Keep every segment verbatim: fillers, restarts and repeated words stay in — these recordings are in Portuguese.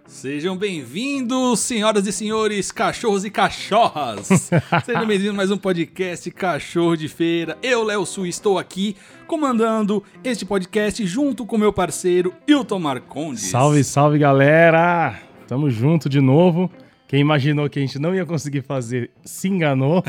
Sejam bem-vindos, senhoras e senhores, cachorros e cachorras. Sejam bem-vindos a mais um podcast Cachorro de Feira. Eu, Léo Su, estou aqui comandando este podcast junto com meu parceiro Hilton Marcondes. Salve, salve, galera! Tamo junto de novo. Quem imaginou que a gente não ia conseguir fazer, se enganou.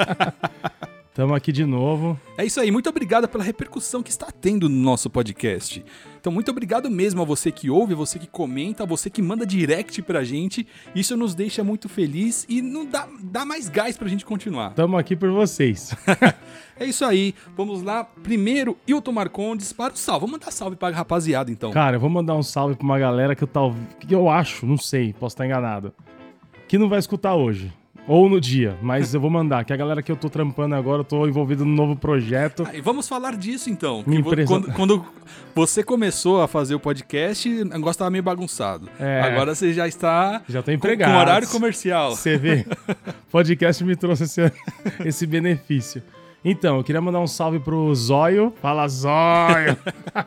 Tamo aqui de novo. É isso aí, muito obrigado pela repercussão que está tendo no nosso podcast. Então, muito obrigado mesmo a você que ouve, a você que comenta, a você que manda direct pra gente. Isso nos deixa muito feliz e não dá, dá mais gás pra gente continuar. Tamo aqui por vocês. É isso aí, vamos lá. Primeiro, Hilton Marcondes para o salve. Vamos mandar salve pra rapaziada, então. Cara, eu vou mandar um salve pra uma galera que eu, tal... que eu acho, não sei, posso estar enganado, que não vai escutar hoje. Ou no dia, mas eu vou mandar, que a galera que eu tô trampando agora, eu tô envolvido num novo projeto. Ah, e vamos falar disso então. Me Que quando, quando você começou a fazer o podcast, o negócio tava meio bagunçado. É. Agora você já está Já tô empregado. com, com horário comercial. Você vê, o podcast me trouxe esse, esse benefício. Então, eu queria mandar um salve pro Zóio. Fala, Zóio!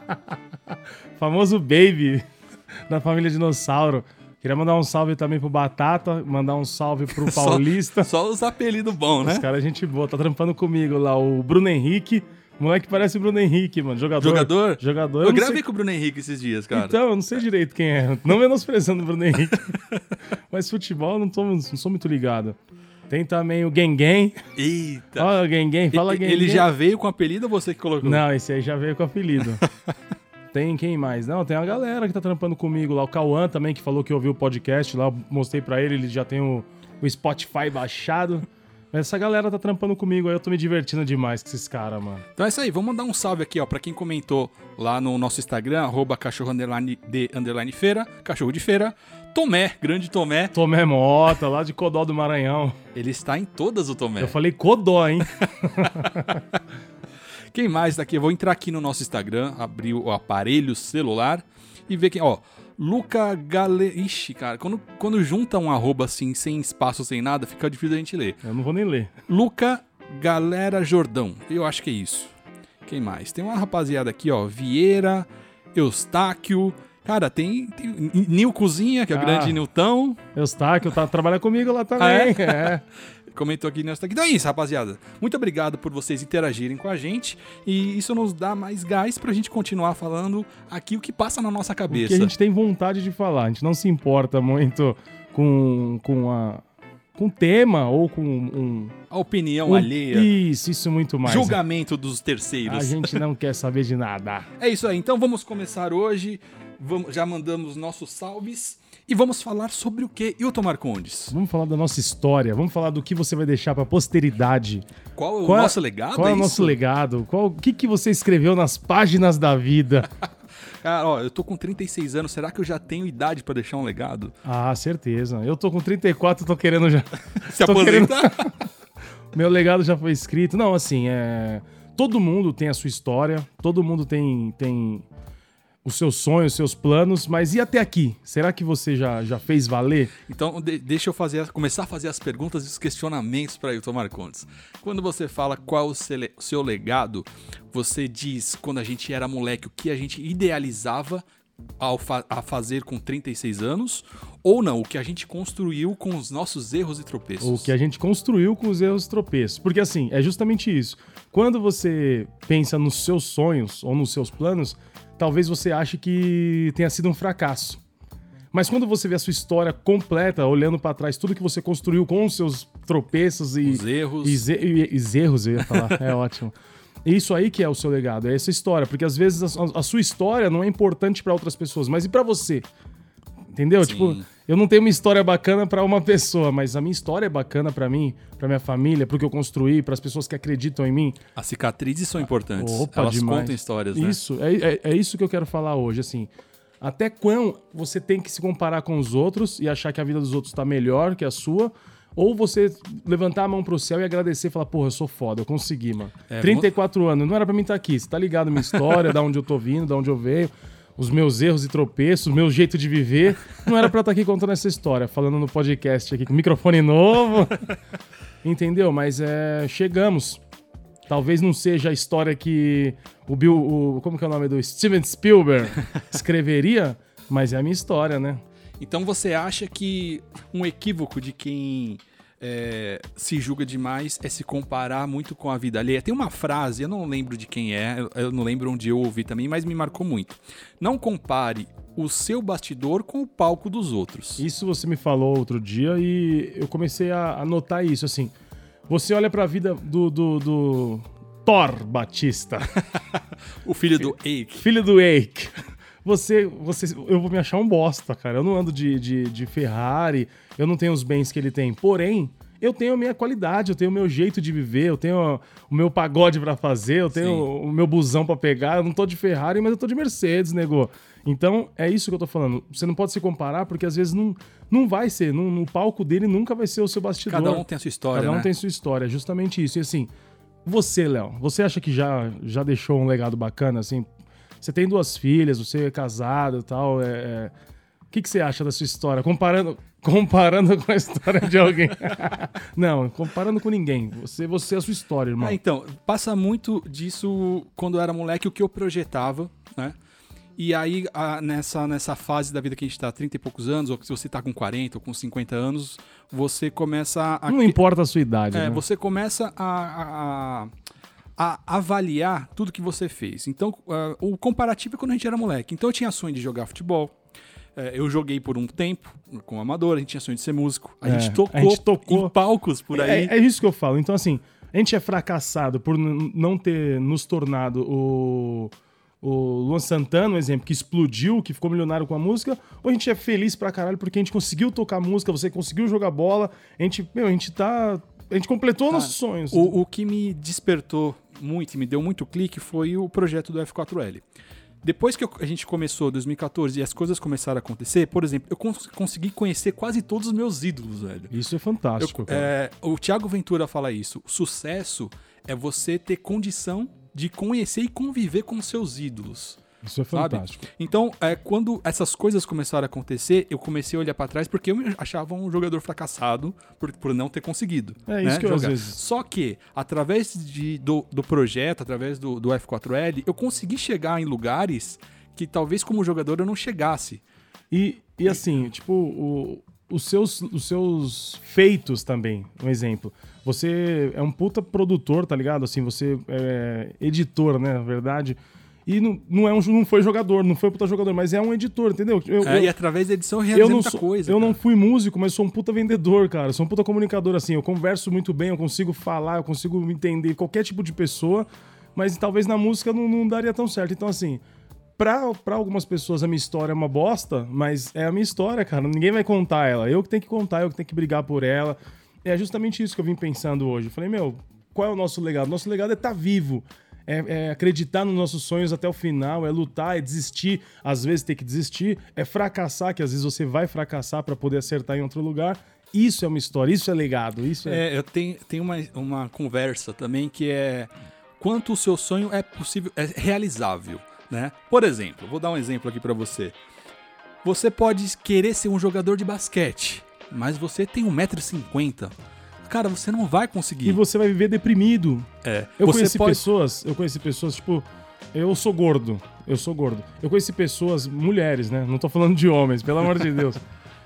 Famoso Baby da família Dinossauro. Queria mandar um salve também pro Batata, mandar um salve pro Paulista. Só, só os apelidos bons, né? Os caras, gente boa, tá trampando comigo lá, o Bruno Henrique. Moleque parece o Bruno Henrique, mano. Jogador. Jogador? Jogador. Eu, eu gravei sei... com o Bruno Henrique esses dias, cara. Então, eu não sei direito quem é. Não menosprezando o Bruno Henrique. Mas futebol, eu não, tô, não sou muito ligado. Tem também o Gengen. Eita. Olha o Gengen, fala Gengen. Ele já veio com apelido ou você que colocou? Não, esse aí já veio com apelido. Tem quem mais? Não, tem uma galera que tá trampando comigo lá. O Cauã também, que falou que ouviu o podcast lá. Eu mostrei pra ele, ele já tem o, o Spotify baixado. Mas essa galera tá trampando comigo aí, eu tô me divertindo demais com esses caras, mano. Então é isso aí, vamos mandar um salve aqui, ó, pra quem comentou lá no nosso Instagram, arroba cachorro underline de underline feira, cachorro de feira. Tomé, grande Tomé. Tomé Mota, lá de Codó do Maranhão. Ele está em todas, o Tomé. Eu falei Codó, hein? Quem mais tá aqui? Eu vou entrar aqui no nosso Instagram, abrir o aparelho celular e ver quem... Ó, Luca Gale... Ixi, cara, quando, quando junta um arroba assim, sem espaço, sem nada, fica difícil a gente ler. Eu não vou nem ler. Luca Galera Jordão. Eu acho que é isso. Quem mais? Tem uma rapaziada aqui, ó. Vieira, Eustáquio... Cara, tem, tem Nil Cozinha, que é o ah, grande Nilton. Eustáquio, tá, trabalha comigo lá também. Ah, é? é. Comentou aqui nessa. Então é isso, rapaziada. Muito obrigado por vocês interagirem com a gente. E isso nos dá mais gás pra gente continuar falando aqui o que passa na nossa cabeça. O que a gente tem vontade de falar. A gente não se importa muito com, com a... com tema ou com um... a opinião um, alheia. Isso, isso muito mais. Julgamento dos terceiros. A gente não quer saber de nada. É isso aí. Então vamos começar hoje. Vamos, já mandamos nossos salves. E vamos falar sobre o que, Hilton Marcondes? Vamos falar da nossa história. Vamos falar do que você vai deixar pra posteridade. Qual é o qual nosso é, legado? Qual é, é o isso? nosso legado? Qual, o que, que você escreveu nas páginas da vida? Cara, ó, eu tô com trinta e seis anos, será que eu já tenho idade pra deixar um legado? Ah, certeza. Eu tô com trinta e quatro, tô querendo já... Se aposentar? Querendo... Meu legado já foi escrito. Não, assim, é... todo mundo tem a sua história, todo mundo tem, tem os seus sonhos, os seus planos, mas e até aqui? Será que você já, já fez valer? Então, de- deixa eu fazer, começar a fazer as perguntas e os questionamentos para Hilton Marcondes. Quando você fala qual o seu, seu legado, você diz, quando a gente era moleque, o que a gente idealizava ao fa- a fazer com trinta e seis anos, ou não, o que a gente construiu com os nossos erros e tropeços? O que a gente construiu com os erros e tropeços. Porque assim, é justamente isso. Quando você pensa nos seus sonhos ou nos seus planos, talvez você ache que tenha sido um fracasso. Mas quando você vê a sua história completa, olhando pra trás, tudo que você construiu com os seus tropeços e... Os erros. E, ze- e, e erros, eu ia falar. É ótimo. Isso aí que é o seu legado, é essa história. Porque às vezes a, a sua história não é importante pra outras pessoas, mas e pra você? Entendeu? Sim. Tipo, eu não tenho uma história bacana pra uma pessoa, mas a minha história é bacana pra mim, pra minha família, pro que eu construí, pras pessoas que acreditam em mim. As cicatrizes são importantes. Opa, Elas demais. contam histórias, né? Isso, é, é, é isso que eu quero falar hoje, assim. Até quando você tem que se comparar com os outros e achar que a vida dos outros tá melhor que a sua, ou você levantar a mão pro céu e agradecer e falar, porra, eu sou foda, eu consegui, mano. É, trinta e quatro anos, não era pra mim estar aqui, você tá ligado minha história, da onde eu tô vindo, da onde eu veio, os meus erros e tropeços, o meu jeito de viver. Não era pra estar aqui contando essa história, falando no podcast aqui com microfone novo. Entendeu? Mas é, chegamos. Talvez não seja a história que o Bill, o, como que é o nome do Steven Spielberg escreveria, mas é a minha história, né? Então você acha que um equívoco de quem é, se julga demais é se comparar muito com a vida alheia? Tem uma frase, eu não lembro de quem é, eu não lembro onde eu ouvi também, mas me marcou muito. Não compare o seu bastidor com o palco dos outros. Isso você me falou outro dia e eu comecei a, a notar isso, assim. Você olha pra vida do, do, do Thor Batista. O filho do Eik. Filho do Eik. Você, você, eu vou me achar um bosta, cara. Eu não ando de, de, de Ferrari, eu não tenho os bens que ele tem. Porém, eu tenho a minha qualidade, eu tenho o meu jeito de viver, eu tenho o meu pagode pra fazer, eu tenho Sim. o meu busão pra pegar. Eu não tô de Ferrari, mas eu tô de Mercedes, nego. Então, é isso que eu tô falando. Você não pode se comparar, porque às vezes não, não vai ser. No, no palco dele nunca vai ser o seu bastidor. Cada um tem a sua história, Cada um né? tem a sua história, é justamente isso. E assim, você, Léo, você acha que já, já deixou um legado bacana, assim? Você tem duas filhas, você é casado e tal. É, é... O que, que você acha da sua história? Comparando, comparando com a história de alguém. Não, comparando com ninguém. Você, você é a sua história, irmão. Ah, então, passa muito disso quando eu era moleque, o que eu projetava, né? E aí, a, nessa, nessa fase da vida que a gente tá, trinta e poucos anos, ou se você tá com quarenta ou com cinquenta anos, você começa a... Não importa a sua idade, é, né? Você começa a... a a avaliar tudo que você fez. Então, uh, o comparativo é quando a gente era moleque. Então, eu tinha sonho de jogar futebol. Uh, eu joguei por um tempo com amador, a gente tinha sonho de ser músico. A, é, gente, tocou a gente tocou em palcos por aí. É, é isso que eu falo. Então, assim, a gente é fracassado por n- não ter nos tornado o... o Luan Santana, um exemplo, que explodiu, que ficou milionário com a música, ou a gente é feliz pra caralho porque a gente conseguiu tocar música, você conseguiu jogar bola, a gente, meu, a gente tá... A gente completou Cara, nossos sonhos. O, o que me despertou muito e me deu muito clique foi o projeto do F quatro L. Depois que eu, a gente começou em dois mil e catorze e as coisas começaram a acontecer, por exemplo, eu cons- consegui conhecer quase todos os meus ídolos, velho. Isso é fantástico, Eu, cara. é, o Thiago Ventura fala isso. O sucesso é você ter condição de conhecer e conviver com seus ídolos. Isso é fantástico. Sabe? Então, é, quando essas coisas começaram a acontecer, eu comecei a olhar pra trás porque eu me achava um jogador fracassado por, por não ter conseguido. É né, isso que eu, jogar. às vezes... Só que, através de, do, do projeto, através do, do F quatro L, eu consegui chegar em lugares que talvez como jogador eu não chegasse. E, e assim, tipo, o, os, seus, os seus feitos também, um exemplo. Você é um puta produtor, tá ligado? Assim, você é editor, né, na verdade... E não, não, é um, não foi jogador, não foi um puta jogador, mas é um editor, entendeu? Eu, é, eu, e através da edição eu realizei muita sou, coisa. Eu cara. não fui músico, mas sou um puta vendedor, cara. Sou um puta comunicador, assim. Eu converso muito bem, eu consigo falar, eu consigo entender qualquer tipo de pessoa, mas talvez na música não, não daria tão certo. Então, assim, pra, pra algumas pessoas a minha história é uma bosta, mas é a minha história, cara. Ninguém vai contar ela. Eu que tenho que contar, eu que tenho que brigar por ela. É justamente isso que eu vim pensando hoje. Eu falei, meu, qual é o nosso legado? Nosso legado é estar vivo. É, é acreditar nos nossos sonhos até o final, é lutar, é desistir, às vezes ter que desistir, é fracassar, que às vezes você vai fracassar para poder acertar em outro lugar. Isso é uma história, isso é legado, isso é... é eu tenho, tenho uma, uma conversa também que é quanto o seu sonho é possível, é realizável, né? Por exemplo, vou dar um exemplo aqui para você. Você pode querer ser um jogador de basquete, mas você tem um metro e cinquenta. Cara, você não vai conseguir. E você vai viver deprimido. É. Eu você conheci pode... pessoas, eu conheci pessoas, tipo, eu sou gordo, eu sou gordo. Eu conheci pessoas, mulheres, né? Não tô falando de homens, pelo amor de Deus.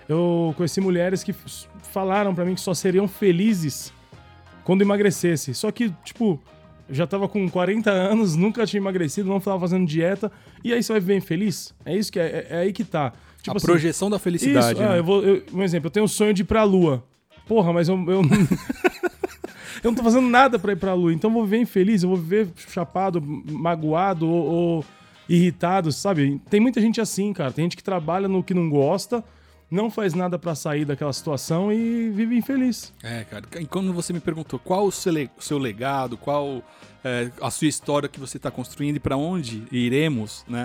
Eu conheci mulheres que falaram pra mim que só seriam felizes quando emagrecesse. Só que, tipo, eu já tava com quarenta anos, nunca tinha emagrecido, não tava fazendo dieta. E aí você vai viver infeliz? É isso que é, é, é aí que tá. Tipo a assim, projeção da felicidade. Isso, né? ah, eu vou, eu, um exemplo, eu tenho o sonho de ir pra Lua. Porra, mas eu, eu, não... eu não tô fazendo nada pra ir pra Lua. Então eu vou viver infeliz, eu vou viver chapado, magoado ou, ou irritado, sabe? Tem muita gente assim, cara. Tem gente que trabalha no que não gosta, não faz nada pra sair daquela situação e vive infeliz. É, cara. E quando você me perguntou qual o seu, le- seu legado, qual é, a sua história que você tá construindo e pra onde iremos, né?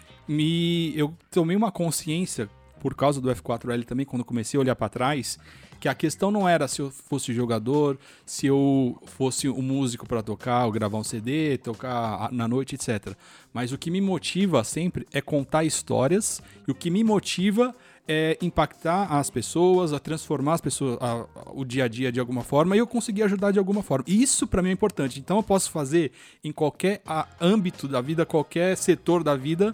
Me, eu tomei uma consciência, por causa do F quatro L também, quando comecei a olhar pra trás, que a questão não era se eu fosse jogador, se eu fosse um músico para tocar, ou gravar um C D, tocar na noite, etcétera. Mas o que me motiva sempre é contar histórias, e o que me motiva é impactar as pessoas, a transformar as pessoas, a, a, o dia a dia de alguma forma, e eu conseguir ajudar de alguma forma. E isso para mim é importante. Então eu posso fazer em qualquer a, âmbito da vida, qualquer setor da vida,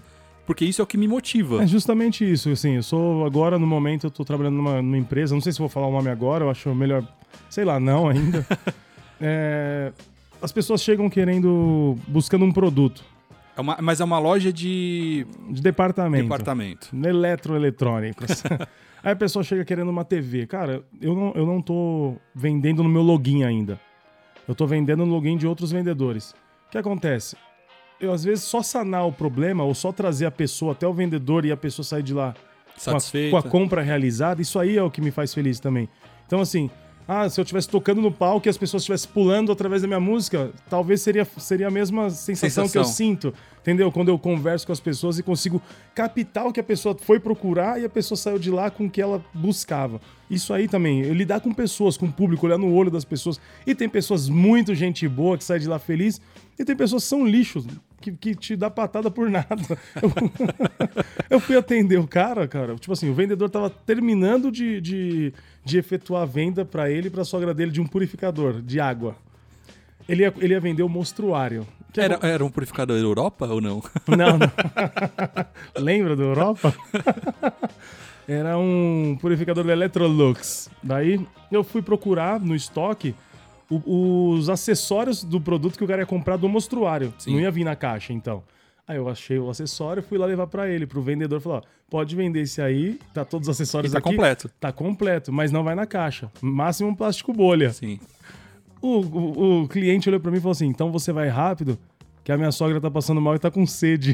porque isso é o que me motiva. É justamente isso, assim, eu sou agora, no momento, eu tô trabalhando numa, numa empresa, não sei se vou falar o nome agora, eu acho melhor, sei lá, não ainda. é, as pessoas chegam querendo, buscando um produto. É uma, mas é uma loja de... De departamento. Departamento. Eletroeletrônicos. Aí a pessoa chega querendo uma T V. Cara, eu não, eu não tô vendendo no meu login ainda. Eu tô vendendo no login de outros vendedores. O que acontece? Eu, às vezes, só sanar o problema ou só trazer a pessoa até o vendedor e a pessoa sair de lá satisfeita, com a, com a compra realizada, isso aí é o que me faz feliz também. Então, assim, ah, se eu estivesse tocando no palco e as pessoas estivessem pulando através da minha música, talvez seria, seria a mesma sensação, sensação que eu sinto, entendeu? Quando eu converso com as pessoas e consigo captar o que a pessoa foi procurar e a pessoa saiu de lá com o que ela buscava. Isso aí também, eu lidar com pessoas, com o público, olhar no olho das pessoas. E tem pessoas muito gente boa que sai de lá feliz, e tem pessoas que são lixos, que, que te dá patada por nada. Eu, eu fui atender o cara, cara, tipo assim, o vendedor tava terminando de, de, de efetuar a venda pra ele e pra sogra dele de um purificador de água. Ele ia, ele ia vender o monstruário. Que era, é... era um purificador Europa ou não? Não, não. Lembra do Europa? Era um purificador da Electrolux. Daí eu fui procurar no estoque o, os acessórios do produto que o cara ia comprar do monstruário. Sim. Não ia vir na caixa, então. Aí eu achei o acessório, fui lá levar pra ele, pro vendedor. Falei, ó, pode vender esse aí, tá todos os acessórios e tá aqui. Tá completo. Tá completo, mas não vai na caixa. Máximo um plástico bolha. Sim. O, o, o cliente olhou pra mim e falou assim, então você vai rápido, que a minha sogra tá passando mal e tá com sede.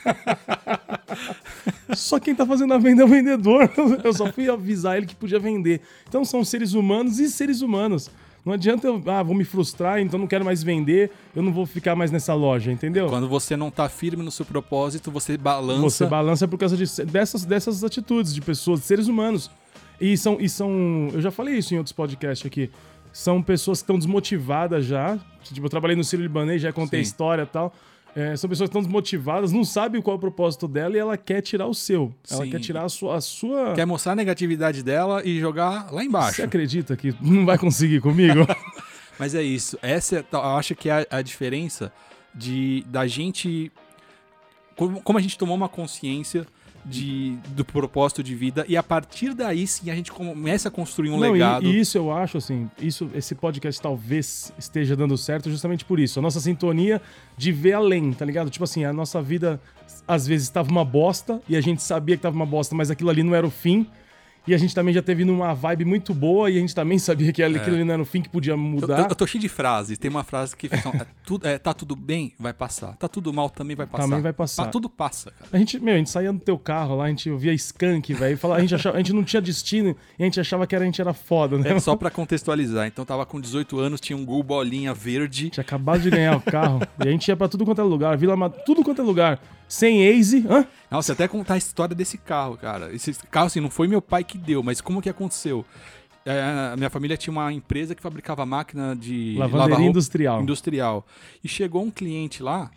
Só quem tá fazendo a venda é o vendedor. Eu só fui avisar ele que podia vender. Então são seres humanos e seres humanos. Não adianta eu, ah, vou me frustrar, então não quero mais vender, eu não vou ficar mais nessa loja, entendeu? Quando você não tá firme no seu propósito, você balança... Você balança por causa de, dessas, dessas atitudes de pessoas, de seres humanos. E são, e são... Eu já falei isso em outros podcasts aqui. São pessoas que estão desmotivadas já. Tipo, eu trabalhei no Sírio-Libanês, já contei Sim. a história e tal. É, são pessoas que estão desmotivadas, não sabem qual é o propósito dela e ela quer tirar o seu. Ela Sim. quer tirar a sua, a sua... Quer mostrar a negatividade dela e jogar lá embaixo. Você acredita que não vai conseguir comigo? Mas é isso. Essa é, eu acho que é a, a diferença de, da gente... Como, como a gente tomou uma consciência... De, do propósito de vida, e a partir daí sim a gente começa a construir um Não, legado. E, e isso eu acho assim, isso, esse podcast talvez esteja dando certo justamente por isso. A nossa sintonia de ver além, tá ligado? Tipo assim, a nossa vida às vezes estava uma bosta e a gente sabia que estava uma bosta, mas aquilo ali não era o fim. E a gente também já teve numa vibe muito boa e a gente também sabia que aquilo ali não era o fim, que podia mudar. Eu, eu, eu tô cheio de frases. Tem uma frase que é, tudo, é, tá tudo bem, vai passar. Tá tudo mal, também vai passar. Também vai passar. Tá, tudo passa, cara. A gente, meu, a gente saía no teu carro lá, a gente ouvia skunk, velho. A, gente achava, a gente não tinha destino e a gente achava que era, a gente era foda, né? É só pra contextualizar. Então tava com dezoito anos, tinha um Gol bolinha verde. Tinha acabado de ganhar o carro. E a gente ia pra tudo quanto é lugar, Vila tudo quanto é lugar. Sem Waze. Hã? Nossa, até contar a história desse carro, cara. Esse carro, assim, não foi meu pai que deu, mas como que aconteceu? É, a minha família tinha uma empresa que fabricava máquina de... Lavanderia industrial. Industrial. E chegou um cliente lá,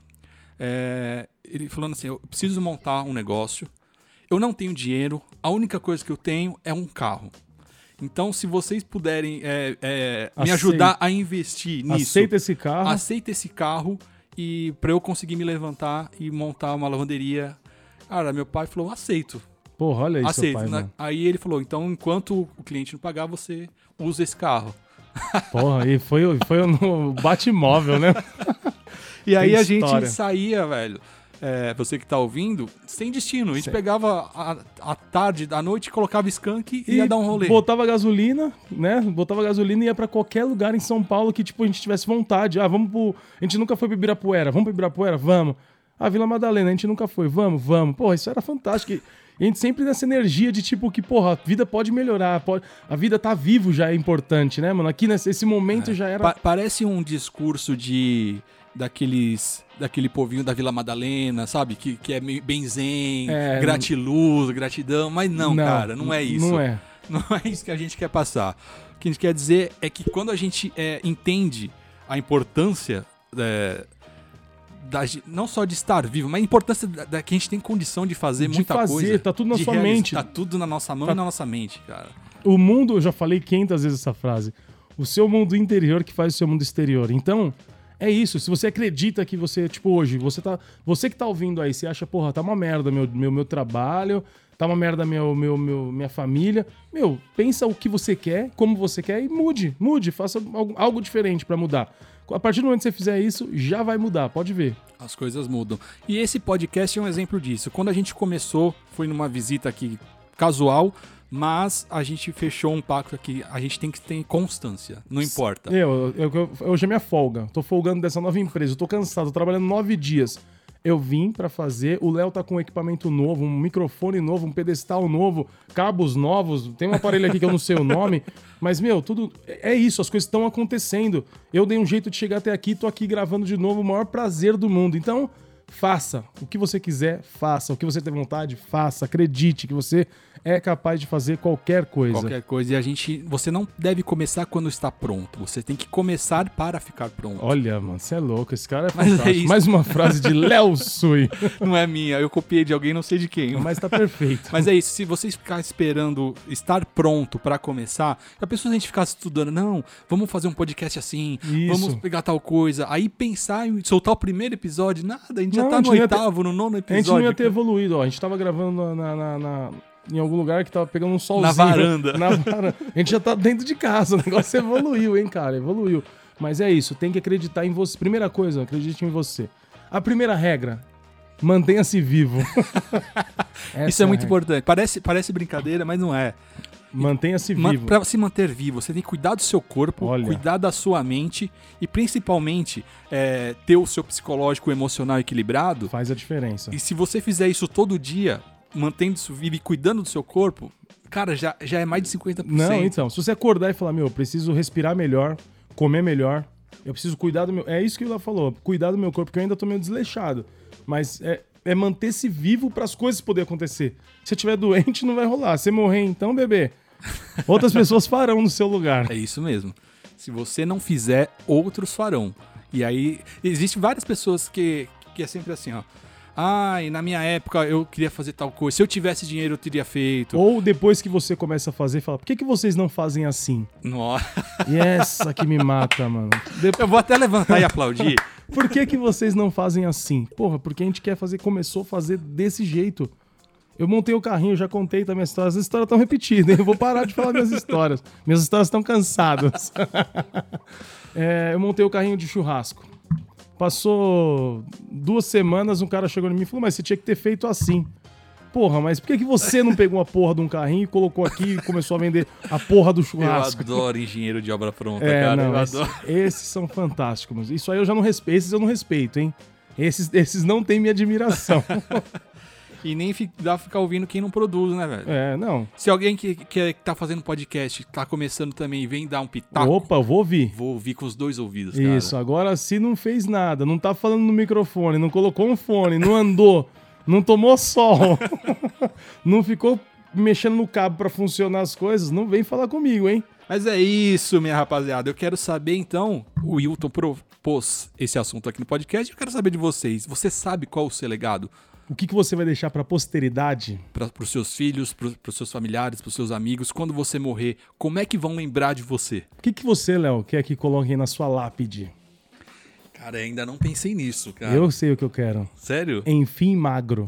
é, ele falando assim, eu preciso montar um negócio, eu não tenho dinheiro, a única coisa que eu tenho é um carro. Então, se vocês puderem é, é, me ajudar a investir nisso... Aceita esse carro. Aceita esse carro... E pra eu conseguir me levantar e montar uma lavanderia, cara, meu pai falou, aceito. Porra, olha isso, aceito. pai, Né? Aí ele falou, então enquanto o cliente não pagar, você usa esse carro. Porra, e foi, foi no Batmóvel, né? E aí a gente saía, velho, é, você que tá ouvindo, sem destino. A gente Sim. pegava a, a tarde, da noite, colocava skunk e, e ia dar um rolê. Botava gasolina, né? Botava gasolina e ia pra qualquer lugar em São Paulo que, tipo, a gente tivesse vontade. Ah, vamos pro... A gente nunca foi pro Ibirapuera. Vamos pro Ibirapuera? Vamos. Ah, Vila Madalena, a gente nunca foi. Vamos, vamos. Porra, isso era fantástico. E a gente sempre nessa energia de, tipo, que, porra, a vida pode melhorar. Pode... A vida tá vivo já é importante, né, mano? Aqui nesse esse momento é. já era... Pa- parece um discurso de... Daqueles, daquele povinho da Vila Madalena, sabe? Que, que é bem zen, é, gratiluz, gratidão. Mas não, não, cara, não é isso. Não é. Não é isso que a gente quer passar. O que a gente quer dizer é que quando a gente é, entende a importância, é, da, não só de estar vivo, mas a importância da, da, que a gente tem condição de fazer de muita fazer, coisa. Tá tudo na sua mente. Tá tudo na nossa mão tá... e na nossa mente, cara. O mundo, eu já falei quinhentas vezes essa frase, o seu mundo interior que faz o seu mundo exterior. Então... É isso, se você acredita que você, tipo, hoje, você tá. Você que tá ouvindo aí, você acha, porra, tá uma merda meu, meu, meu trabalho, tá uma merda meu, meu, meu, minha família. Meu, pensa o que você quer, como você quer e mude, mude, faça algo, algo diferente pra mudar. A partir do momento que você fizer isso, já vai mudar, pode ver. As coisas mudam. E esse podcast é um exemplo disso. Quando a gente começou, foi numa visita aqui casual, mas a gente fechou um pacto aqui. A gente tem que ter constância, não importa. Eu, eu, eu, hoje é minha folga. Tô folgando dessa nova empresa. Eu tô cansado, tô trabalhando nove dias. Eu vim pra fazer. O Léo tá com um equipamento novo, um microfone novo, um pedestal novo, cabos novos. Tem um aparelho aqui que eu não sei o nome. Mas, meu, tudo. É isso, as coisas estão acontecendo. Eu dei um jeito de chegar até aqui, tô aqui gravando de novo, o maior prazer do mundo. Então, faça. O que você quiser, faça. O que você tem vontade, faça. Acredite que você é capaz de fazer qualquer coisa. Qualquer coisa. E a gente... Você não deve começar quando está pronto. Você tem que começar para ficar pronto. Olha, mano, você é louco. Esse cara é Mas fantástico. é isso. Mais uma frase de Léo Sui. Não é minha. Eu copiei de alguém, não sei de quem. Mas tá perfeito. Mas é isso. Se vocês ficarem esperando estar pronto para começar, a pessoa a gente ficar estudando, não, vamos fazer um podcast assim, Isso. vamos pegar tal coisa. Aí pensar em soltar o primeiro episódio, nada. A gente Não, já tá a gente no não ia ter- oitavo, no nono A episódio. gente não ia ter evoluído, ó. A gente tava gravando na, na- na- em algum lugar que tava pegando um solzinho. Na varanda. Na varanda. A gente já tá dentro de casa. O negócio evoluiu, hein, cara? Evoluiu. Mas é isso, tem que acreditar em você. Primeira coisa, acredite em você. A primeira regra, mantenha-se vivo. Essa Isso é a muito regra. importante. Parece, parece brincadeira, mas não é. Mantenha-se Ma- vivo. Pra se manter vivo, você tem que cuidar do seu corpo, Olha. cuidar da sua mente e principalmente é, ter o seu psicológico e emocional equilibrado. Faz a diferença. E se você fizer isso todo dia, mantendo isso vivo e cuidando do seu corpo, cara, já, já é mais de cinquenta por cento. Não, então, se você acordar e falar, meu, eu preciso respirar melhor, comer melhor, eu preciso cuidar do meu... É isso que o Léo falou, cuidar do meu corpo, porque eu ainda tô meio desleixado. Mas é, é manter-se vivo para as coisas poderem acontecer. Se eu estiver doente, não vai rolar. Se morrer, então, bebê, outras pessoas farão no seu lugar. É isso mesmo. Se você não fizer, outros farão. E aí, existem várias pessoas que, que é sempre assim, ó. Ai, na minha época eu queria fazer tal coisa. Se eu tivesse dinheiro, eu teria feito. Ou depois que você começa a fazer, fala, por que, que vocês não fazem assim? Nossa. E essa que me mata, mano. De- Eu vou até levantar e aplaudir. Por que, que vocês não fazem assim? Porra, porque a gente quer fazer, começou a fazer desse jeito. Eu montei o carrinho, já contei também as histórias. As histórias estão repetidas, hein? Eu vou parar de falar minhas histórias. Minhas histórias estão cansadas. É, eu montei o carrinho de churrasco. Passou duas semanas, um cara chegou em mim e falou, mas você tinha que ter feito assim. Porra, mas por que, que você não pegou a porra de um carrinho e colocou aqui e começou a vender a porra do Eu churrasco? adoro engenheiro de obra pronta, É, cara. não, eu esses, adoro. esses são fantásticos. Isso aí eu já não respeito, esses eu não respeito, hein? Esses, esses não têm minha admiração. E nem fi- dá pra ficar ouvindo quem não produz, né, velho? É, não. Se alguém que, que tá fazendo podcast, tá começando também e vem dar um pitaco, Opa, eu vou ouvir. vou ouvir com os dois ouvidos, cara. Isso, agora se não fez nada, não tá falando no microfone, não colocou um fone, não andou, não tomou sol, não ficou mexendo no cabo pra funcionar as coisas, não vem falar comigo, hein? Mas é isso, minha rapaziada. Eu quero saber, então, o Wilton propôs esse assunto aqui no podcast, eu quero saber de vocês. Você sabe qual o seu legado? O que, que você vai deixar pra posteridade? Para os seus filhos, para os seus familiares, para os seus amigos, quando você morrer, como é que vão lembrar de você? O que, que você, Léo, quer que coloquem na sua lápide? Cara, ainda não pensei nisso, cara. Eu sei o que eu quero. Sério? Enfim, magro.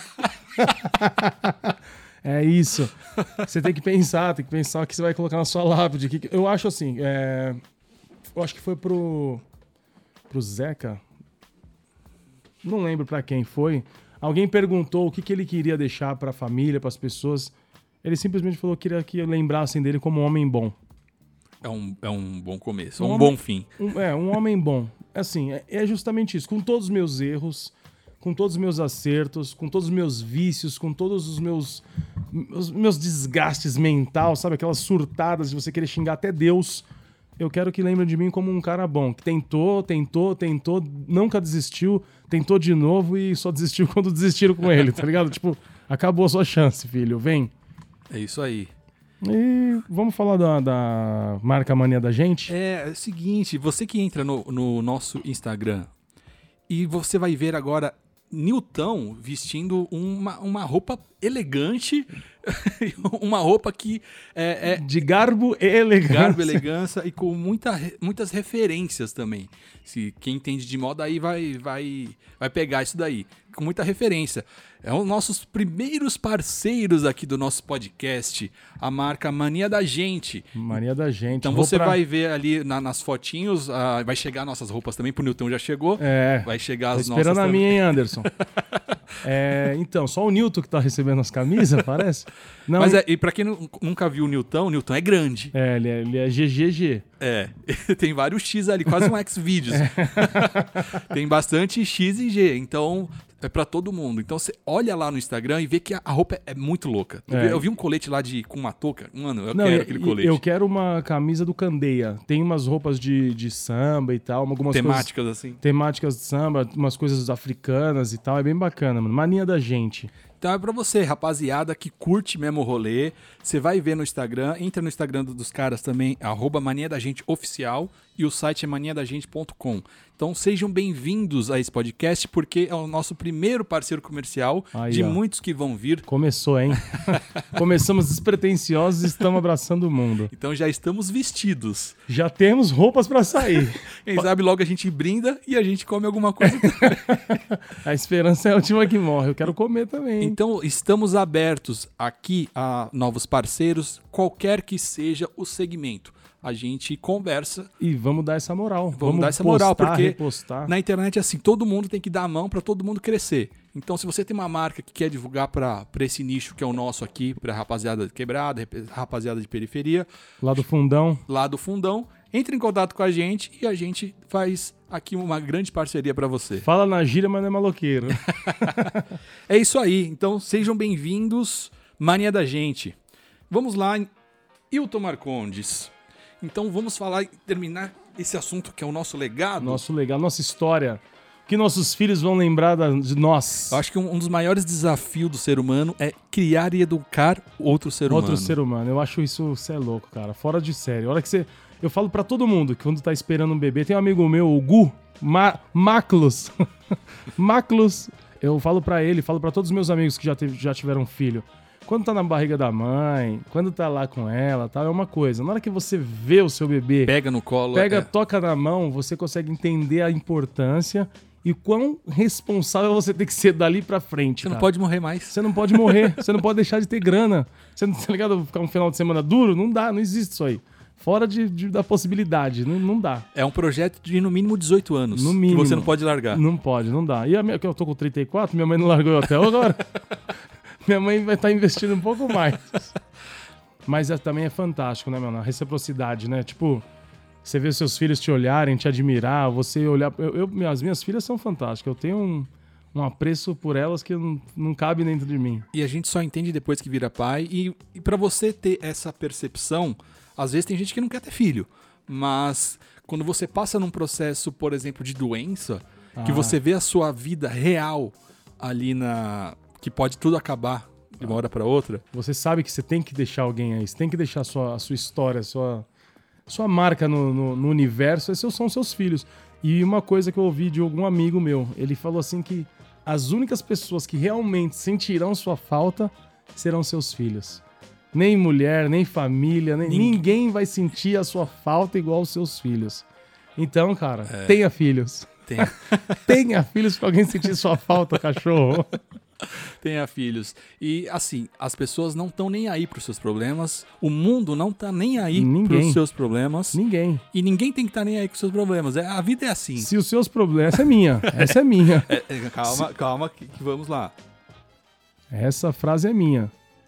É isso. Você tem que pensar, tem que pensar o que você vai colocar na sua lápide. Que que- Eu acho assim, é, eu acho que foi pro, pro Zeca, não lembro pra quem foi. Alguém perguntou o que, que ele queria deixar pra família, pras pessoas. Ele simplesmente falou que queria que lembrassem dele como um homem bom. É um, é um bom começo, Um um homem- bom fim. Um- é, um homem bom. Assim, é, é justamente isso. Com todos os meus erros, com todos os meus acertos, com todos os meus vícios, com todos os meus, os meus desgastes mental, sabe? Aquelas surtadas de você querer xingar até Deus. Eu quero que lembrem de mim como um cara bom, que tentou, tentou, tentou, nunca desistiu, tentou de novo e só desistiu quando desistiram com ele, tá ligado? Tipo, acabou a sua chance, filho, vem. É isso aí. E vamos falar da, da marca mania da gente? É, é o seguinte, você que entra no, no nosso Instagram e você vai ver agora Nilton vestindo uma, uma roupa elegante Uma roupa que é, é De garbo e elegância. garbo, elegância e com muita, muitas referências também. Se quem entende de moda aí vai, vai, vai pegar isso daí. Com muita referência. É um dos nossos primeiros parceiros aqui do nosso podcast, a marca Mania da Gente. Mania da Gente. Então Roupa- você vai ver ali na- nas fotinhos, ah, vai chegar nossas roupas também, pro Newton já chegou. É. Vai chegar Tô as esperando nossas a também. minha, hein, Anderson? É, então, só o Newton que tá recebendo as camisas, parece? Não, Mas é, e pra quem nu- nunca viu o Newton, o Newton é grande. É, ele é, ele é G G G. É, tem vários X ali, quase um X-Videos. Tem bastante X e G, então é pra todo mundo. Então você olha lá no Instagram e vê que a a roupa é muito louca. Eu, É. vi, eu vi um colete lá de, com uma touca, mano, eu Não, quero e- aquele e- colete. eu quero uma camisa do Candeia. Tem umas roupas de, de samba e tal, algumas Temáticas assim. coisas, temáticas de samba, umas coisas africanas e tal. É bem bacana, mano. Mania da Gente. Então é pra você, rapaziada, que curte mesmo o rolê. Você vai ver no Instagram, entra no Instagram do- dos caras também, arroba Mania da Gente Oficial, e o site é mania da gente ponto com. Então sejam bem-vindos a esse podcast, porque é o nosso primeiro parceiro comercial Aí, de ó. muitos que vão vir. Começou, hein? Começamos despretensiosos e estamos abraçando o mundo. Então já estamos vestidos. Já temos roupas pra sair. Quem sabe logo a gente brinda e a gente come alguma coisa. A esperança é a última que morre. Eu quero comer também. hein? Então estamos abertos aqui a novos parceiros, qualquer que seja o segmento. A gente conversa. E vamos dar essa moral. Vamos dar essa moral, postar, porque repostar. Na internet, assim, todo mundo tem que dar a mão para todo mundo crescer. Então, se você tem uma marca que quer divulgar para esse nicho que é o nosso aqui, para rapaziada de quebrada, rep- rapaziada de periferia, Lá do fundão. lá do fundão, entre em contato com a gente e a gente faz aqui uma grande parceria para você. Fala na gíria, mas não é maloqueiro. É isso aí. Então, sejam bem-vindos, Mania da Gente. Vamos lá, Hilton Marcondes. Então, vamos falar e terminar esse assunto que é o nosso legado. Nosso legal, nossa história. O que nossos filhos vão lembrar da- de nós. Eu acho que um, um dos maiores desafios do ser humano é criar e educar outro ser Outro humano. ser humano. Eu acho isso, você é louco, cara. Fora de série. A hora que você... Eu falo pra todo mundo que quando tá esperando um bebê, tem um amigo meu, o Gu, Ma... Maclus. Maclus. Eu falo pra ele, falo pra todos os meus amigos que já, teve, já tiveram filho. Quando tá na barriga da mãe, quando tá lá com ela, tal, é uma coisa. Na hora que você vê o seu bebê, Pega no colo. pega, é. toca na mão, você consegue entender a importância e quão responsável você tem que ser dali pra frente, Você não cara. pode morrer mais. Você não pode morrer, você não pode deixar de ter grana. Você não tá ligado? Ficar um final de semana duro, não dá, não existe isso aí. Fora de, de- da possibilidade, não, não dá. É um projeto de no mínimo dezoito anos. No mínimo. Que você não pode largar. Não pode, não dá. E a minha, que eu tô com trinta e quatro, minha mãe não largou eu até agora. Minha mãe vai estar investindo um pouco mais. Mas é- também é fantástico, né, mano? A reciprocidade, né? Tipo, você vê seus filhos te olharem, te admirar, você olhar... Eu, eu- as minhas filhas são fantásticas. Eu tenho um, um apreço por elas que não, não cabe dentro de mim. E a gente só entende depois que vira pai. E, e para você ter essa percepção, às vezes tem gente que não quer ter filho. Mas quando você passa num processo, por exemplo, de doença, que Ah. você vê a sua vida real ali na... que pode tudo acabar de uma hora para outra. Você sabe que você tem que deixar alguém aí, você tem que deixar a sua, a sua história, a sua, sua marca no, no, no universo, esses são seus filhos. E uma coisa que eu ouvi de algum amigo meu, ele falou assim que as únicas pessoas que realmente sentirão sua falta serão seus filhos. Nem mulher, nem família, nem, Ninguém. ninguém vai sentir a sua falta igual os seus filhos. Então, cara, É. tenha filhos. Tem, Tenha filhos pra alguém sentir sua falta, cachorro. tenha filhos. E assim, as pessoas não estão nem aí pros seus problemas. O mundo não tá nem aí Ninguém. pros seus problemas. Ninguém. E ninguém tem que estar nem aí com os seus problemas. É, a vida é assim. Se os seus problemas... Essa é minha. Essa é minha. É, é, calma, calma, que, que vamos lá. Essa frase é minha.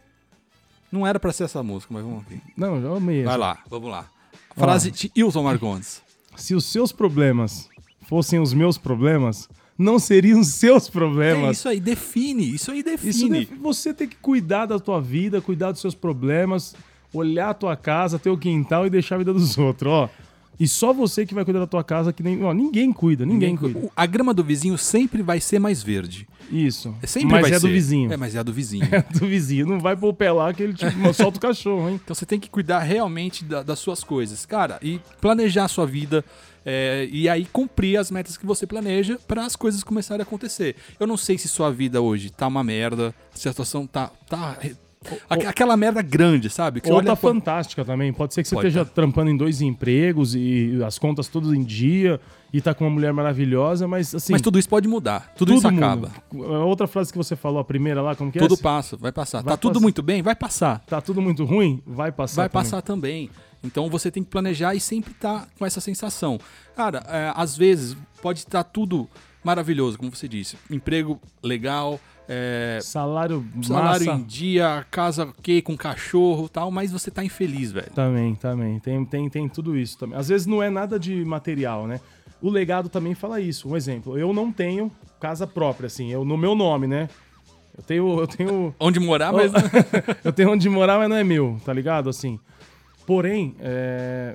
Não era pra ser essa música, mas vamos ver. Não, já amei. Vai essa. lá, vamos lá. Frase de Hilton Marcondes. Se os seus problemas fossem os meus problemas, não seriam os seus É problemas. isso aí, define. Isso aí define. Isso deve- você tem que cuidar da tua vida, cuidar dos seus problemas, olhar a tua casa, teu quintal e deixar a vida dos outros, ó. E só você que vai cuidar da tua casa, que nem, ó, ninguém cuida, ninguém, cuida. O- A grama do vizinho sempre vai ser mais verde. Isso. É sempre Mas vai é ser. do vizinho. É, mas é a do vizinho. É do vizinho. Não vai pôr o pé lá que ele te solta o cachorro, hein? Então você tem que cuidar realmente da- das suas coisas, cara, e planejar a sua vida. é, e aí cumprir as metas que você planeja para as coisas começarem a acontecer. Eu não sei se sua vida hoje tá uma merda, se a situação tá, tá, Aqu- Aquela merda grande, sabe? Que Ou olha, tá pô, fantástica também. Pode ser que você Pode esteja tá. trampando em dois empregos e as contas todas em dia e tá com uma mulher maravilhosa, mas assim... mas tudo isso pode mudar. Tudo, isso acaba. muda. A outra frase que você falou, a primeira lá, como que é? Tudo essa? passa, vai passar. Vai tá tudo passar. muito bem? Vai passar. Tá tudo muito ruim? Vai passar Vai também. passar também. Então você tem que planejar e sempre estar com essa sensação. Cara, é, às vezes pode estar tudo maravilhoso, como você disse. Emprego legal, é, Salário, salário massa. em dia, casa ok, com cachorro e tal, mas você tá infeliz, velho. Também, também. Tem, tem, tem tudo isso também. Às vezes não é nada de material, né? O legado também fala isso. Um exemplo, eu não tenho casa própria, assim, eu, no meu nome, né? Eu tenho... Eu tenho, Onde morar, mas... eu tenho onde morar, mas não é meu, tá ligado? Assim. Porém, é,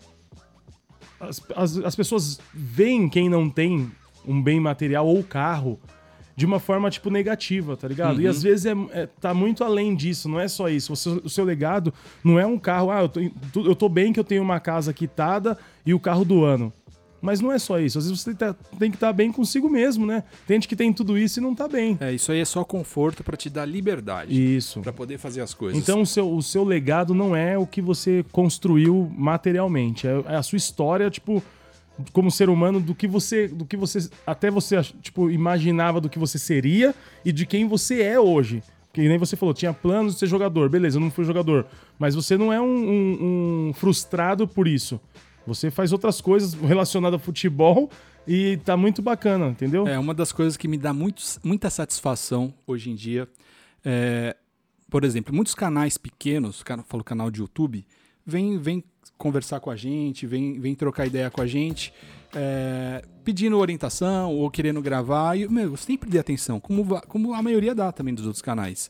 as, as, as pessoas veem quem não tem um bem material ou carro de uma forma, tipo, negativa, tá ligado? Uhum. E às vezes é, é- tá muito além disso, não é só isso. O seu, o seu legado não é um carro, ah, eu tô, eu tô bem que eu tenho uma casa quitada e o carro do ano. Mas não é só isso. Às vezes você tá- tem que estar bem consigo mesmo, né? Tem gente que tem tudo isso e não tá bem. É, isso aí é só conforto pra te dar liberdade. Isso. Pra poder fazer as coisas. Então o seu, o seu legado não é o que você construiu materialmente, é, é a sua história, tipo, como ser humano, do que você, do que você até você tipo imaginava do que você seria e de quem você é hoje. Que nem você falou, tinha planos de ser jogador, beleza, eu não fui jogador, mas você não é um, um- um frustrado por isso. Você faz outras coisas relacionadas ao futebol e tá muito bacana, entendeu? É, uma das coisas que me dá muito, muita satisfação hoje em dia é, por exemplo, muitos canais pequenos, cara, falo canal de YouTube, vem, vem conversar com a gente, vem, vem trocar ideia com a gente, é, pedindo orientação ou querendo gravar, e, meu, eu sempre dei atenção, como, va- como a maioria dá também dos outros canais.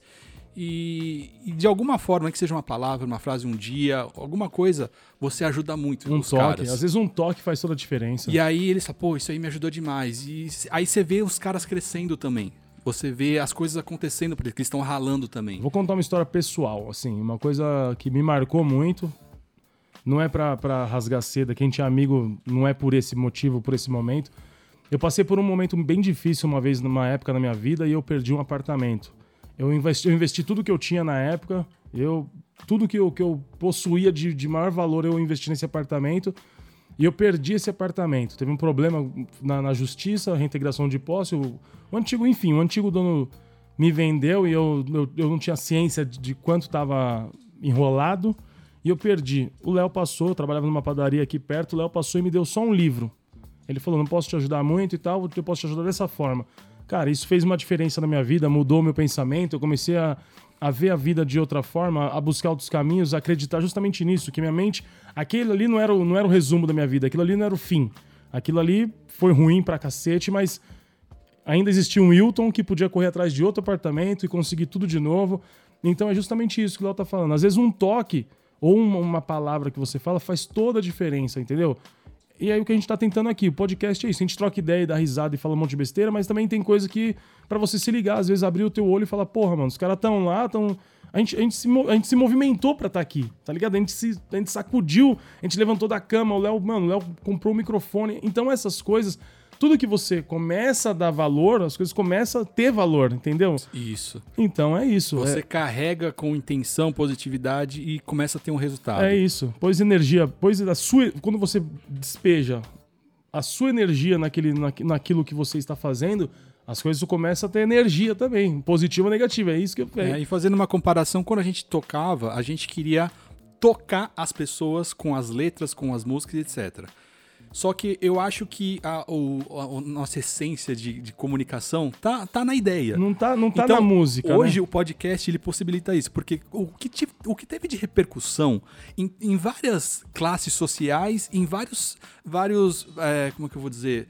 E, e de alguma forma, que seja uma palavra, uma frase, um dia, alguma coisa, você ajuda muito Um os toque, caras. às vezes um toque faz toda a diferença. E aí eles falam, pô, isso aí me ajudou demais. E c- aí você vê os caras crescendo também. Você vê as coisas acontecendo, porque eles estão ralando também. Vou contar uma história pessoal, assim, uma coisa que me marcou muito. Não é pra, pra rasgar seda, quem tinha amigo não é por esse motivo, por esse momento. Eu passei por um momento bem difícil uma vez, numa época na minha vida, e eu perdi um apartamento. Eu investi, eu investi tudo que eu tinha na época, eu, tudo que eu, que eu possuía de, de maior valor eu investi nesse apartamento, e eu perdi esse apartamento. Teve um problema na, na justiça, reintegração de posse, o, o antigo, enfim, o antigo dono me vendeu e eu, eu, eu não tinha ciência de, de quanto estava enrolado, e eu perdi. O Léo passou, eu trabalhava numa padaria aqui perto, o Léo passou e me deu só um livro. Ele falou, não posso te ajudar muito e tal, eu posso te ajudar dessa forma. Cara, isso fez uma diferença na minha vida, mudou o meu pensamento, eu comecei a, a ver a vida de outra forma, a buscar outros caminhos, a acreditar justamente nisso, que minha mente, aquele ali não era, o, não era o resumo da minha vida, aquilo ali não era o fim. Aquilo ali foi ruim pra cacete, mas ainda existia um Wilton que podia correr atrás de outro apartamento e conseguir tudo de novo. Então é justamente isso que o Léo tá falando. Às vezes um toque ou uma, uma palavra que você fala faz toda a diferença, entendeu? E aí o que a gente tá tentando aqui, o podcast é isso, a gente troca ideia e dá risada e fala um monte de besteira, mas também tem coisa que, pra você se ligar, às vezes abrir o teu olho e falar, porra, mano, os caras tão lá, tão... A gente, a, gente se, mo- a gente se movimentou pra estar aqui, tá ligado? A gente, se, a gente sacudiu, a gente levantou da cama, o Léo, mano, o Léo comprou o microfone. Então essas coisas, tudo que você começa a dar valor, as coisas começam a ter valor, entendeu? Isso. Então é isso. Você é... carrega com intenção, positividade e começa a ter um resultado. É isso. Pôs energia, pôs a sua. Quando você despeja a sua energia naquele, naqui- naquilo que você está fazendo, as coisas começam a ter energia também, positiva ou negativa. É isso que eu É, e fazendo uma comparação, quando a gente tocava, a gente queria tocar as pessoas com as letras, com as músicas, etcétera. Só que eu acho que a, o- a- a nossa essência de, de comunicação tá, tá na ideia. Não tá, não tá Então, na música. Hoje né? o podcast ele possibilita isso, porque o que, te- o que teve de repercussão em, em várias classes sociais, em vários, vários é, como é que eu vou dizer,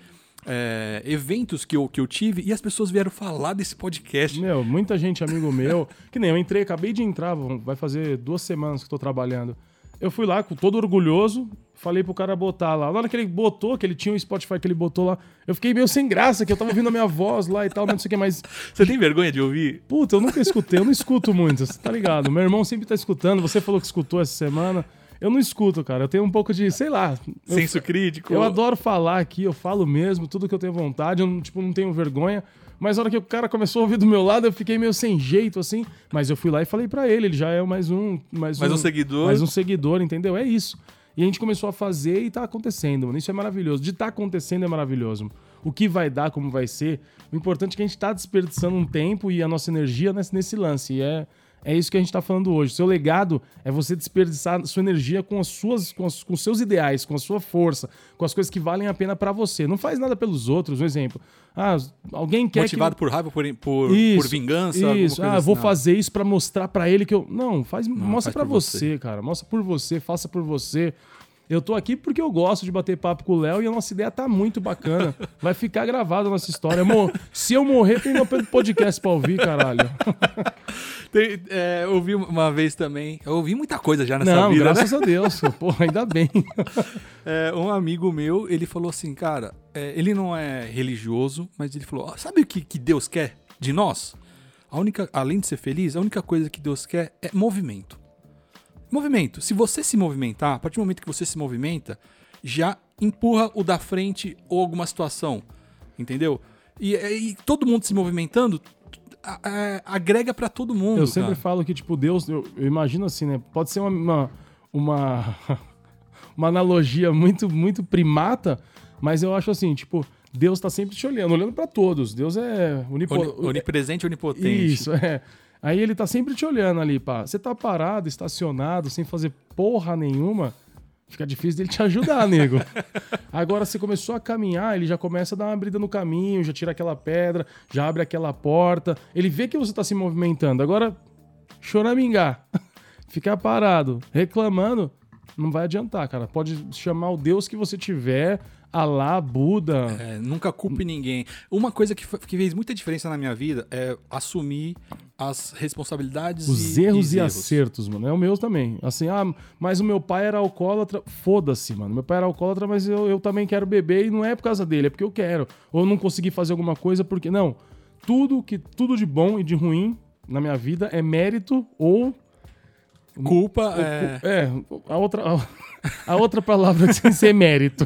é, eventos que eu, que eu tive, e as pessoas vieram falar desse podcast. Meu, muita gente, amigo meu, que nem eu entrei, acabei de entrar, vai fazer duas semanas que eu tô trabalhando. Eu fui lá com todo orgulhoso, falei pro cara botar lá. Na hora que ele botou, que ele tinha o Spotify que ele botou lá, eu fiquei meio sem graça, que eu tava ouvindo a minha voz lá e tal, mas não sei o que, mas... Você tem vergonha de ouvir? Puta, eu nunca escutei, eu não escuto muito, você tá ligado? Meu irmão sempre tá escutando, você falou que escutou essa semana. Eu não escuto, cara, eu tenho um pouco de, sei lá... Eu, Senso crítico? eu adoro falar aqui, eu falo mesmo, tudo que eu tenho vontade, eu não, tipo, não tenho vergonha, Mas na hora que o cara começou a ouvir do meu lado, eu fiquei meio sem jeito, assim. Mas eu fui lá e falei pra ele, ele já é mais um... Mais, Mais um, um seguidor. Mais um seguidor, entendeu? É isso. E a gente começou a fazer e tá acontecendo, mano. Isso é maravilhoso. De tá acontecendo é maravilhoso. O que vai dar, como vai ser. O importante é que a gente tá desperdiçando um tempo e a nossa energia nesse, nesse lance. E é... É isso que a gente tá falando hoje. Seu legado é você desperdiçar sua energia com as suas, com os, com os seus ideais, com a sua força, com as coisas que valem a pena pra você. Não faz nada pelos outros. Um exemplo. Ah, alguém quer Motivado que... por raiva, por, por, isso, por vingança. Isso. Ah, assim, vou não. fazer isso pra mostrar pra ele que eu... Não, faz, Não, mostra faz pra por você, você, cara. Mostra por você, faça por você. Eu tô aqui porque eu gosto de bater papo com o Léo e a nossa ideia tá muito bacana. Vai ficar gravada a nossa história. Mor- Se eu morrer, tem um podcast pra ouvir, caralho. Tem, é, eu ouvi uma vez também. Eu ouvi muita coisa já nessa Não, vida. graças né? a Deus. Porra, ainda bem. É, um amigo meu, ele falou assim, cara, é, ele não é religioso, mas ele falou, ó, sabe o que, que Deus quer de nós? A única, além de ser feliz, a única coisa que Deus quer é movimento. Movimento. Se você se movimentar, a partir do momento que você se movimenta, já empurra o da frente ou alguma situação, entendeu? E, e todo mundo se movimentando a, a, agrega pra todo mundo. Eu sempre cara. falo que, tipo, Deus... Eu, eu imagino assim, né? Pode ser uma... uma, uma... uma analogia muito, muito primata, mas eu acho assim, tipo, Deus tá sempre te olhando, olhando pra todos. Deus é onipo... Oni- onipresente e onipotente. Isso, é. Aí ele tá sempre te olhando ali, pá. Você tá parado, estacionado, sem fazer porra nenhuma, fica difícil dele te ajudar, nego. Agora, você começou a caminhar, ele já começa a dar uma abrida no caminho, já tira aquela pedra, já abre aquela porta. Ele vê que você tá se movimentando. Agora, choramingar, ficar parado, reclamando, não vai adiantar, cara. Pode chamar o Deus que você tiver, Alá, Buda. É, nunca culpe ninguém. Uma coisa que, foi- que fez muita diferença na minha vida é assumir as responsabilidades Os e, erros e e erros. acertos, mano. É o meu também. Assim, ah, mas o meu pai era alcoólatra. Foda-se, mano. Meu pai era alcoólatra, mas eu, eu também quero beber e não é por causa dele, é porque eu quero. Ou eu não consegui fazer alguma coisa porque... Não. Tudo, que, tudo de bom e de ruim na minha vida é mérito ou... Culpa ou- é... É, a outra, a, a outra palavra sem ser mérito.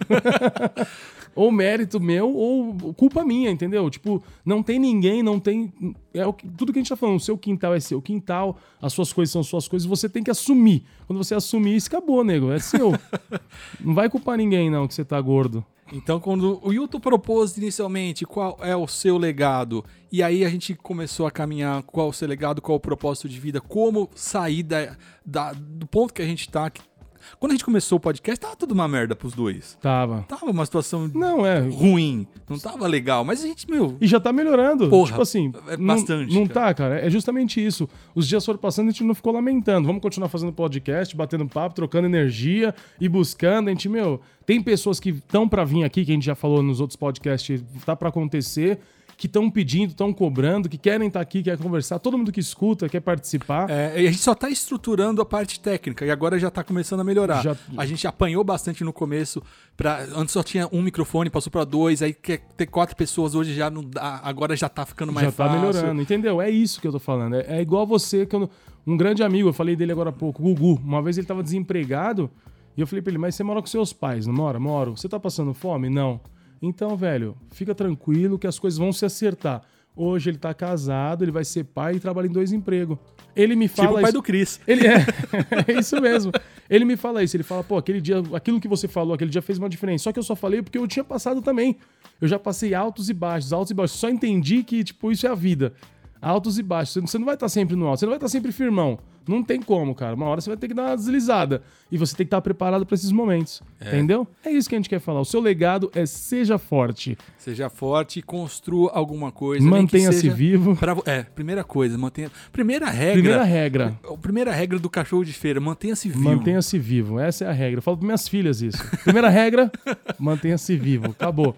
Ou mérito meu, ou culpa minha, entendeu? Tipo, não tem ninguém, não tem... É o que, tudo que a gente tá falando, o seu quintal é seu quintal, as suas coisas são suas coisas, você tem que assumir. Quando você assumir isso, acabou, nego, é seu. Não vai culpar ninguém, não, que você tá gordo. Então, quando o Hilton propôs inicialmente qual é o seu legado, e aí a gente começou a caminhar qual é o seu legado, qual é o propósito de vida, como sair da, da- do ponto que a gente tá. que- Quando a gente começou o podcast, tava tudo uma merda pros dois. Tava. Tava uma situação Não, é... ruim, não tava legal, mas a gente, meu... E já tá melhorando. Porra, tipo assim, é não- bastante, Não, cara. tá, cara. É justamente isso. Os dias foram passando e a gente não ficou lamentando. Vamos continuar fazendo podcast, batendo papo, trocando energia e buscando. A gente, meu, tem pessoas que estão pra vir aqui, que a gente já falou nos outros podcasts, tá pra acontecer, que estão pedindo, estão cobrando, que querem estar aqui, querem conversar. Todo mundo que escuta, quer participar. É, e a gente só tá estruturando a parte técnica e agora já tá começando a melhorar. Já- A gente apanhou bastante no começo. Pra, antes só tinha um microfone, passou pra dois, aí quer ter quatro pessoas, hoje já não dá, agora já tá ficando mais já tá fácil. melhorando, entendeu? É isso que eu tô falando. É, é igual você, que eu, um grande amigo, eu falei dele agora há pouco, o Gugu. Uma vez ele tava desempregado e eu falei pra ele, mas você mora com seus pais, não mora? Moro. Você tá passando fome? Não. Então, velho, fica tranquilo que as coisas vão se acertar. Hoje ele tá casado, ele vai ser pai e trabalha em dois empregos. Ele me fala Tipo o pai isso. do Cris. Ele é, é isso mesmo. Ele me fala isso, ele fala, pô, aquele dia, aquilo que você falou, aquele dia fez uma diferença. Só que eu só falei porque eu tinha passado também. Eu já passei altos e baixos, altos e baixos. Só entendi que, tipo, isso é a vida. Altos e baixos. Você não vai estar sempre no alto, você não vai estar sempre firmão. Não tem como, cara. Uma hora você vai ter que dar uma deslizada. E você tem que estar preparado para esses momentos. Entendeu? É isso que a gente quer falar. O seu legado é seja forte. Seja forte e construa alguma coisa. nem que Mantenha-se seja vivo. pra vo- é, primeira coisa, mantenha. Primeira regra. Primeira regra. A primeira regra do cachorro de feira, mantenha-se vivo. Mantenha-se vivo. Essa é a regra. Eu falo para minhas filhas isso. Primeira regra, mantenha-se vivo. Acabou.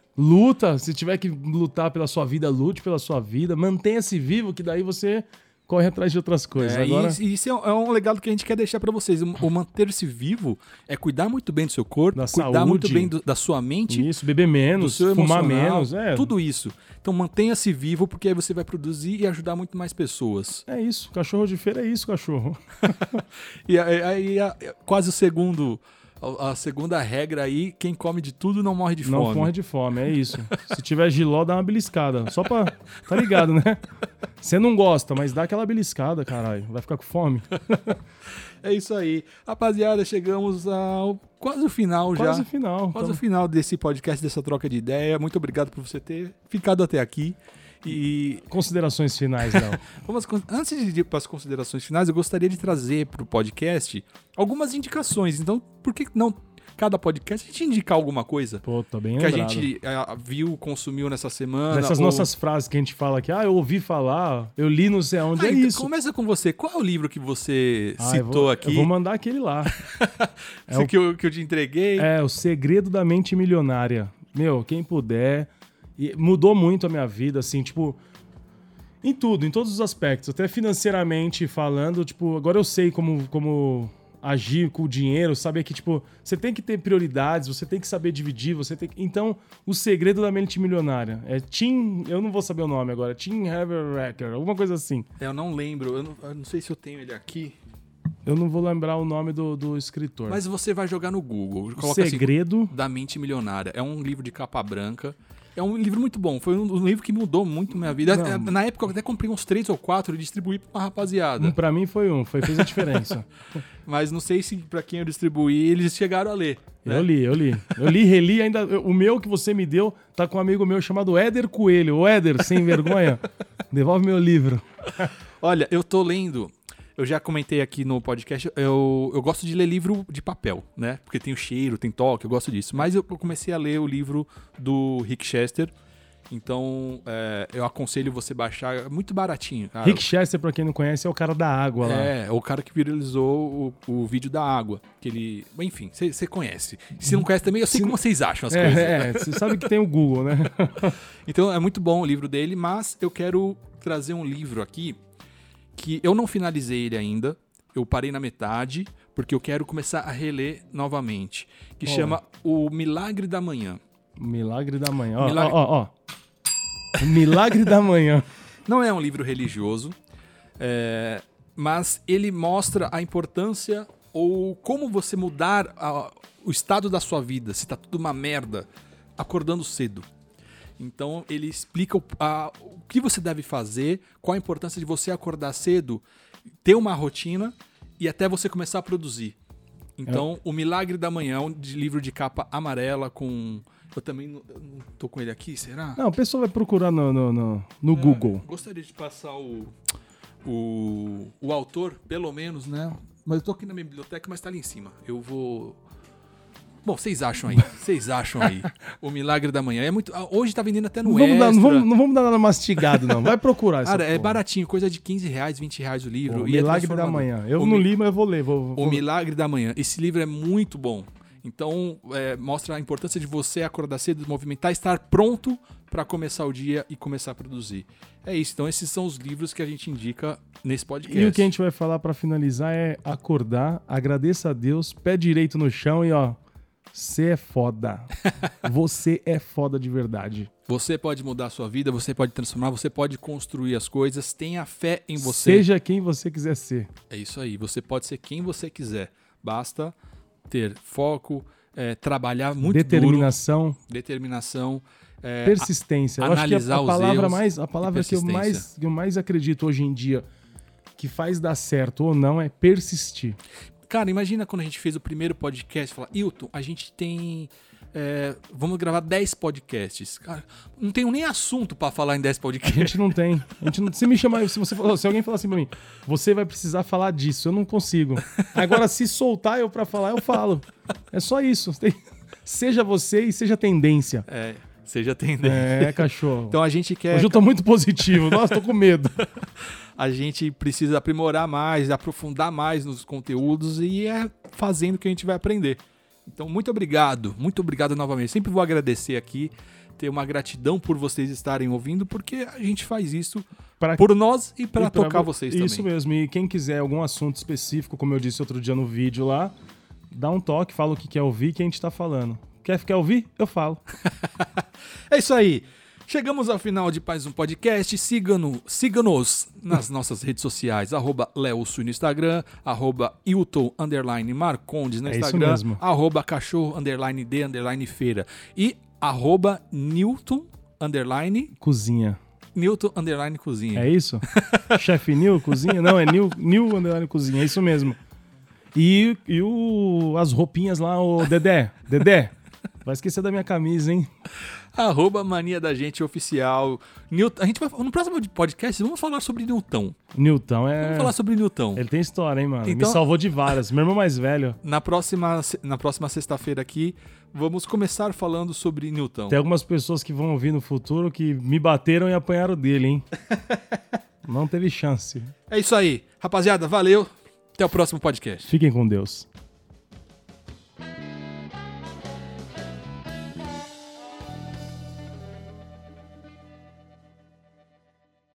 Luta. Se tiver que lutar pela sua vida, lute pela sua vida. Mantenha-se vivo, que daí você corre atrás de outras coisas. É, Agora, e isso é um, é um legado que a gente quer deixar pra vocês. O, o manter-se vivo é cuidar muito bem do seu corpo, Da cuidar saúde. muito bem do- da sua mente, isso, beber do menos, seu fumar emocional, menos. É, tudo isso. Então mantenha-se vivo, porque aí você vai produzir e ajudar muito mais pessoas. é isso. Cachorro de feira é isso, cachorro. E aí, aí, a- quase o segundo A, a segunda regra aí, quem come de tudo não morre de fome. Não morre de fome, é isso. Se tiver giló, dá uma beliscada. Só pra... Tá ligado, né? Você não gosta, mas dá aquela beliscada, caralho. Vai ficar com fome. É isso aí. Rapaziada, chegamos ao quase o final já. Quase o final. Quase então... o final desse podcast, dessa troca de ideia. Muito obrigado por você ter ficado até aqui. E considerações finais, Léo. Vamos, antes de ir para as considerações finais, eu gostaria de trazer para o podcast algumas indicações. Então, por que não cada podcast a gente indicar alguma coisa? Pô, tá bem que lembrado. a gente uh, viu, consumiu nessa semana. Nessas ou... nossas frases que a gente fala aqui, ah, eu ouvi falar, eu li não sei aonde, ah, é então isso. Começa com você. Qual é o livro que você ah, citou eu vou, aqui? Eu vou mandar aquele lá. é o que eu, que eu te entreguei. É, O Segredo da Mente Milionária. Meu, quem puder. E mudou muito a minha vida, assim, tipo... Em tudo, em todos os aspectos. Até financeiramente falando, tipo, agora eu sei como, como agir com o dinheiro, saber que, tipo, você tem que ter prioridades, você tem que saber dividir, você tem que... Então, O Segredo da Mente Milionária. É Tim... Eu não vou saber o nome agora. Tim Haverrecker, alguma coisa assim. Eu não lembro, eu não, eu não sei se eu tenho ele aqui. Eu não vou lembrar o nome do, do escritor. Mas você vai jogar no Google. O Segredo assim, da Mente Milionária. É um livro de capa branca. É um livro muito bom. Foi um livro que mudou muito minha vida. Não. Na época eu até comprei uns três ou quatro e distribuí pra uma rapaziada. Um pra mim foi um, foi, fez a diferença. Mas não sei se pra quem eu distribuí eles chegaram a ler. Né? Eu li, eu li. Eu li, reli ainda. O meu que você me deu tá com um amigo meu chamado Éder Coelho. Ô Éder, sem vergonha, devolve meu livro. Olha, eu tô lendo... Eu já comentei aqui no podcast, eu, eu gosto de ler livro de papel, né? Porque tem o cheiro, tem toque, eu gosto disso. Mas eu comecei a ler o livro do Rick Chester. Então, é, eu aconselho você baixar. É muito baratinho, cara. Rick Chester, pra quem não conhece, é o cara da água lá. É, o cara que viralizou o, o vídeo da água. Que ele... Enfim, você conhece. Se não conhece também, eu sei Se... como vocês acham as é, coisas. É, você sabe que tem o Google, né? Então, é muito bom o livro dele, mas eu quero trazer um livro aqui que eu não finalizei ele ainda, eu parei na metade, porque eu quero começar a reler novamente, que oh. chama O Milagre da Manhã. Milagre da Manhã, ó, Milagre... ó, ó, ó. Milagre da Manhã. Não é um livro religioso, é... mas ele mostra a importância ou como você mudar a... o estado da sua vida, se tá tudo uma merda, acordando cedo. Então, ele explica o, a, o que você deve fazer, qual a importância de você acordar cedo, ter uma rotina e até você começar a produzir. Então, é. O Milagre da Manhã, um livro de capa amarela com... Eu também não, eu não tô com ele aqui, será? Não, o pessoal vai procurar no, no, no, no é, Google. Gostaria de passar o, o, o autor, pelo menos, né? Mas eu tô aqui na minha biblioteca, mas tá ali em cima. Eu vou... Bom, vocês acham aí, vocês acham aí. O Milagre da Manhã. É muito... Hoje tá vendendo até no não vamos Extra. Dar, não, vamos, não vamos dar nada mastigado, não. Vai procurar isso. Cara, é baratinho, coisa de quinze reais, vinte reais o livro. O e Milagre é da Manhã. Eu o não mi... li, mas eu vou ler. Vou, vou... O Milagre da Manhã. Esse livro é muito bom. Então, é, mostra a importância de você acordar cedo, movimentar, estar pronto para começar o dia e começar a produzir. É isso. Então, esses são os livros que a gente indica nesse podcast. E o que a gente vai falar para finalizar é acordar, agradeça a Deus, pé direito no chão e ó... Você é foda. Você é foda de verdade. Você pode mudar a sua vida, você pode transformar, você pode construir as coisas. Tenha fé em você. Seja quem você quiser ser. É isso aí. Você pode ser quem você quiser. Basta ter foco, é, trabalhar muito determinação, duro. Determinação. É, persistência. A, eu acho que a, a palavra erros, mais, a palavra que eu mais, que eu mais acredito hoje em dia que faz dar certo ou não é persistir. Cara, imagina quando a gente fez o primeiro podcast, falar, Hilton, a gente tem... É, vamos gravar dez podcasts. Cara, não tenho nem assunto pra falar em dez podcasts. A gente não tem. A gente não, se me chamar, se, você, se alguém falar assim pra mim, você vai precisar falar disso, eu não consigo. Agora, se soltar eu pra falar, eu falo. É só isso. Tem, seja você e seja tendência. É, seja tendência. É, cachorro. Então a gente quer... Hoje eu tô muito positivo. Nossa, tô com medo. A gente precisa aprimorar mais, aprofundar mais nos conteúdos e é fazendo que a gente vai aprender. Então, muito obrigado, muito obrigado novamente. Sempre vou agradecer aqui, ter uma gratidão por vocês estarem ouvindo, porque a gente faz isso pra... por nós e para tocar vocês também. Isso mesmo, e quem quiser algum assunto específico, como eu disse outro dia no vídeo lá, dá um toque, fala o que quer ouvir, que a gente tá falando. Quer, quer ouvir? Eu falo. É isso aí. Chegamos ao final de mais um podcast. Siga-no, siga-nos nas nossas redes sociais. Arroba Leosu no Instagram. Arroba Hilton underline Marcondes no É isso Instagram. mesmo. Arroba Cachorro underline D underline Feira. E arroba Newton underline Cozinha. Newton underline Cozinha. É isso? Chefe Nil, cozinha? Não, é Nil, Nil underline cozinha, é isso mesmo. E, e o, as roupinhas lá, o Dedé, Dedé, vai esquecer da minha camisa, hein? Arroba Mania da Gente Oficial. Newton, a gente vai, no próximo podcast vamos falar sobre Newton. Newton é... Vamos falar sobre Newton. Ele tem história, hein, mano? Então- Me salvou de várias. Meu irmão mais velho. Na próxima, na próxima sexta-feira aqui, vamos começar falando sobre Newton. Tem algumas pessoas que vão ouvir no futuro que me bateram e apanharam dele, hein? Não teve chance. É isso aí. Rapaziada, valeu. Até o próximo podcast. Fiquem com Deus.